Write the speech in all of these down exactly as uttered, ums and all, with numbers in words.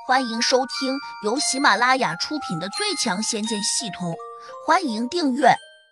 欢迎收听由喜马拉雅出品的《最强仙剑系统》，欢迎订阅。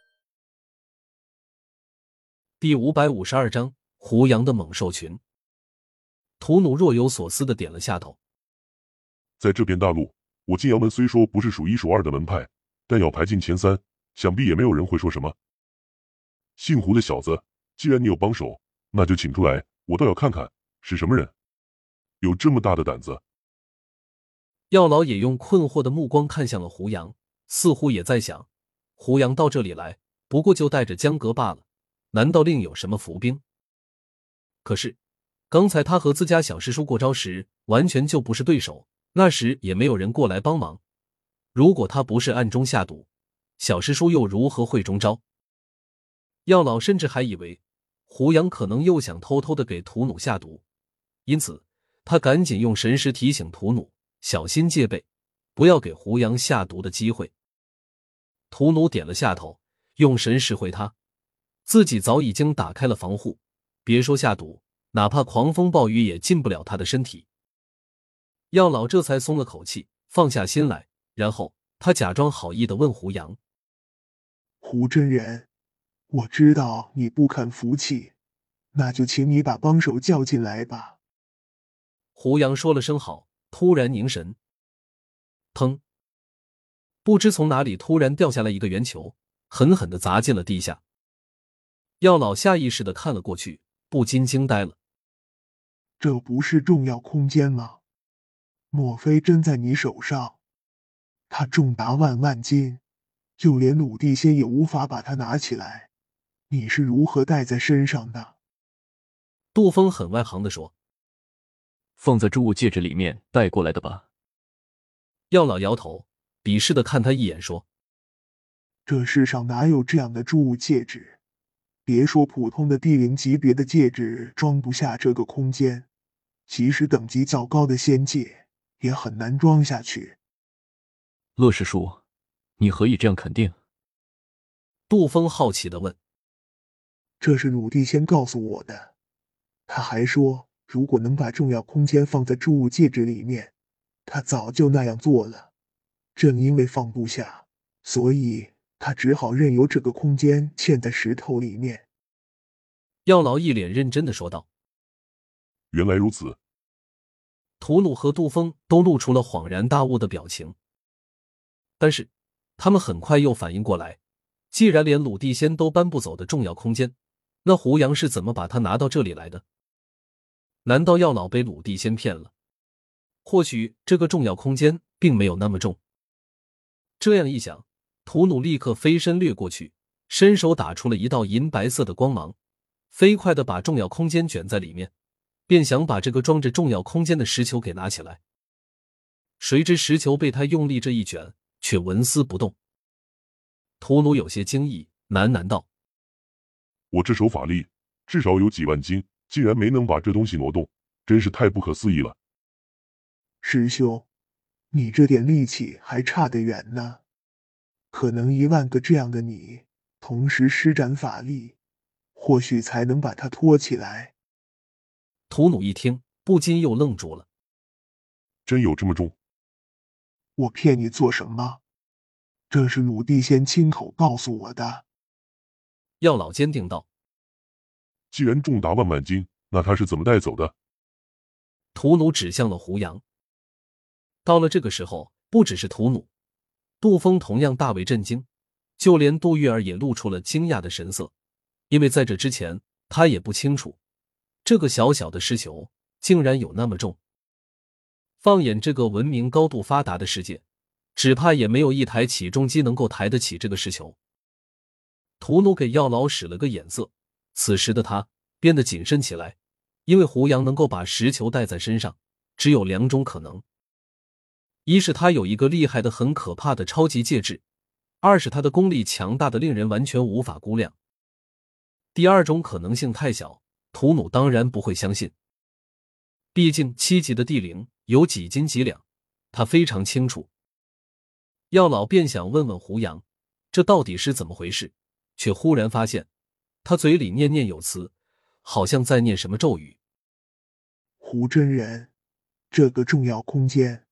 第五百五十二章，胡杨的猛兽群。屠奴若有所思地点了下头。 在这片大陆，我金阳门虽说不是数一数二的门派，但要排进前三，想必也没有人会说什么。姓胡的小子，既然你有帮手，那就请出来，我倒要看看是什么人，有这么大的胆子。 药老也用困惑的目光看向了胡杨，似乎也在想，胡杨到这里来，不过就带着江革罢了，难道另有什么伏兵？可是，刚才他和自家小师叔过招时，完全就不是对手，那时也没有人过来帮忙。如果他不是暗中下毒，小师叔又如何会中招？药老甚至还以为，胡杨可能又想偷偷的给屠奴下毒，因此，他赶紧用神识提醒屠奴小心戒备，不要给胡杨下毒的机会。屠奴点了下头，用神识回他，自己早已经打开了防护，别说下毒，哪怕狂风暴雨也进不了他的身体。药老这才松了口气，放下心来，然后他假装好意地问胡杨： 胡真人，我知道你不肯服气，那就请你把帮手叫进来吧。 胡杨说了声好，突然凝神，砰！不知从哪里突然掉下来一个圆球，狠狠地砸进了地下。药老下意识地看了过去，不禁惊呆了。 这不是重要空间吗？莫非真在你手上？它重达万万斤，就连鲁地仙也无法把它拿起来，你是如何带在身上的？ 杜峰很外行地说： 放在诸物戒指里面带过来的吧。 药老摇头，鄙视地看他一眼说： 这世上哪有这样的诸物戒指？别说普通的地灵级别的戒指装不下这个空间，即使等级较高的仙戒也很难装下去。 骆师叔，你何以这样肯定？ 杜峰好奇地问。 这是鲁地仙告诉我的，他还说如果能把重要空间放在诸物戒指里面，他早就那样做了。正因为放不下，所以他只好任由这个空间嵌在石头里面。 药老一脸认真地说道。 原来如此。 屠奴和杜峰都露出了恍然大悟的表情，但是他们很快又反应过来，既然连鲁地仙都搬不走的重要空间，那胡杨是怎么把他拿到这里来的？难道药老被鲁地仙骗了？或许这个重要空间并没有那么重。这样一想，屠奴立刻飞身掠过去，伸手打出了一道银白色的光芒，飞快地把重要空间卷在里面，便想把这个装着重要空间的石球给拿起来。谁知石球被他用力这一卷，却纹丝不动。屠奴有些惊异，喃喃道： 我这手法力至少有几万斤，竟然没能把这东西挪动，真是太不可思议了。 师兄，你这点力气还差得远呢，可能一万个这样的你同时施展法力，或许才能把它拖起来。 屠奴一听，不禁又愣住了。 真有这么重？ 我骗你做什么？这是鲁地仙亲口告诉我的。 药老坚定道。 既然重达万万斤，那他是怎么带走的？ 屠奴指向了胡杨。到了这个时候，不只是屠奴，杜峰同样大为震惊，就连杜玉儿也露出了惊讶的神色，因为在这之前他也不清楚这个小小的石球竟然有那么重。放眼这个文明高度发达的世界，只怕也没有一台起重机能够抬得起这个石球。屠奴给药老使了个眼色，此时的他变得谨慎起来，因为胡杨能够把石球带在身上，只有两种可能。一是他有一个厉害的很可怕的超级戒指，二是他的功力强大的令人完全无法估量。第二种可能性太小，屠奴当然不会相信。毕竟七级的地灵有几斤几两，他非常清楚。药老便想问问胡杨，这到底是怎么回事，却忽然发现他嘴里念念有词，好像在念什么咒语。 胡真人，这个重要空间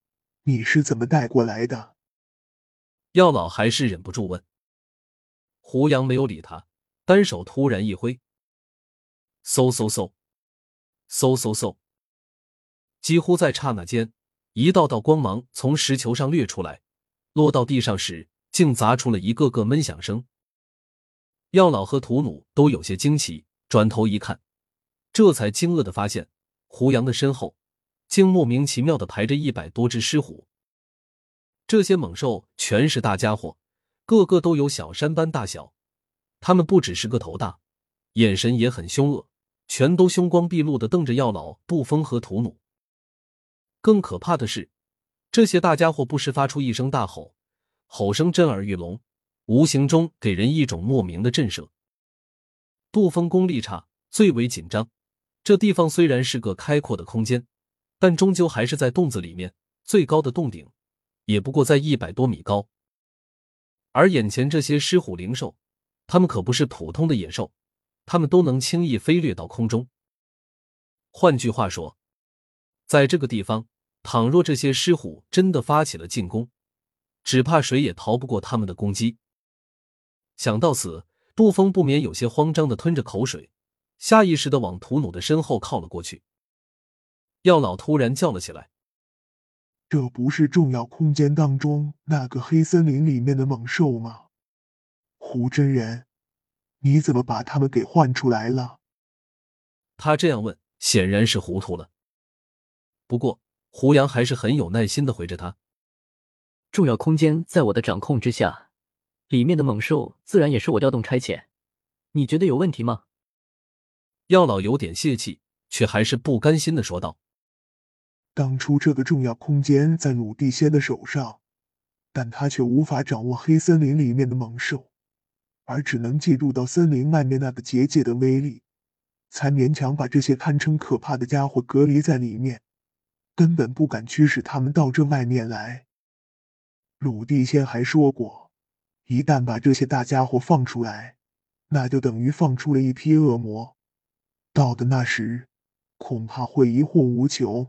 你是怎么带过来的？ 药老还是忍不住问。胡杨没有理他，单手突然一挥，嗖嗖嗖，嗖嗖嗖，几乎在刹那间，一道道光芒从石球上掠出来，落到地上时，竟砸出了一个个闷响声。药老和屠弩都有些惊奇，转头一看，这才惊愕地发现，胡杨的身后竟莫名其妙地排着一百多只狮虎。这些猛兽全是大家伙，个个都有小山般大小，他们不只是个头大，眼神也很凶恶，全都凶光毕露地瞪着药老、杜峰和屠弩。更可怕的是，这些大家伙不时发出一声大吼，吼声震耳欲聋，无形中给人一种莫名的震慑。杜峰功力差，最为紧张。这地方虽然是个开阔的空间，但终究还是在洞子里面，最高的洞顶也不过在一百多米高。而眼前这些狮虎灵兽，他们可不是普通的野兽，他们都能轻易飞掠到空中。换句话说，在这个地方，倘若这些狮虎真的发起了进攻，只怕谁也逃不过他们的攻击。想到此，杜峰不免有些慌张地吞着口水，下意识地往屠弩的身后靠了过去。药老突然叫了起来： 这不是重要空间当中那个黑森林里面的猛兽吗？胡真人，你怎么把他们给唤出来了？ 他这样问，显然是糊涂了。不过胡杨还是很有耐心地回着他： 重要空间在我的掌控之下，里面的猛兽自然也是我调动差遣，你觉得有问题吗？ 药老有点泄气，却还是不甘心地说道： 当初这个重要空间在鲁地仙的手上，但他却无法掌握黑森林里面的猛兽，而只能借助到森林外面那个结界的威力，才勉强把这些堪称可怕的家伙隔离在里面，根本不敢驱使他们到这外面来。鲁地仙还说过，一旦把这些大家伙放出来，那就等于放出了一批恶魔，到的那时，恐怕会疑惑无穷。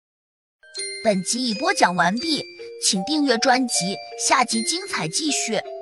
本集已播讲完毕，请订阅专辑，下集精彩继续。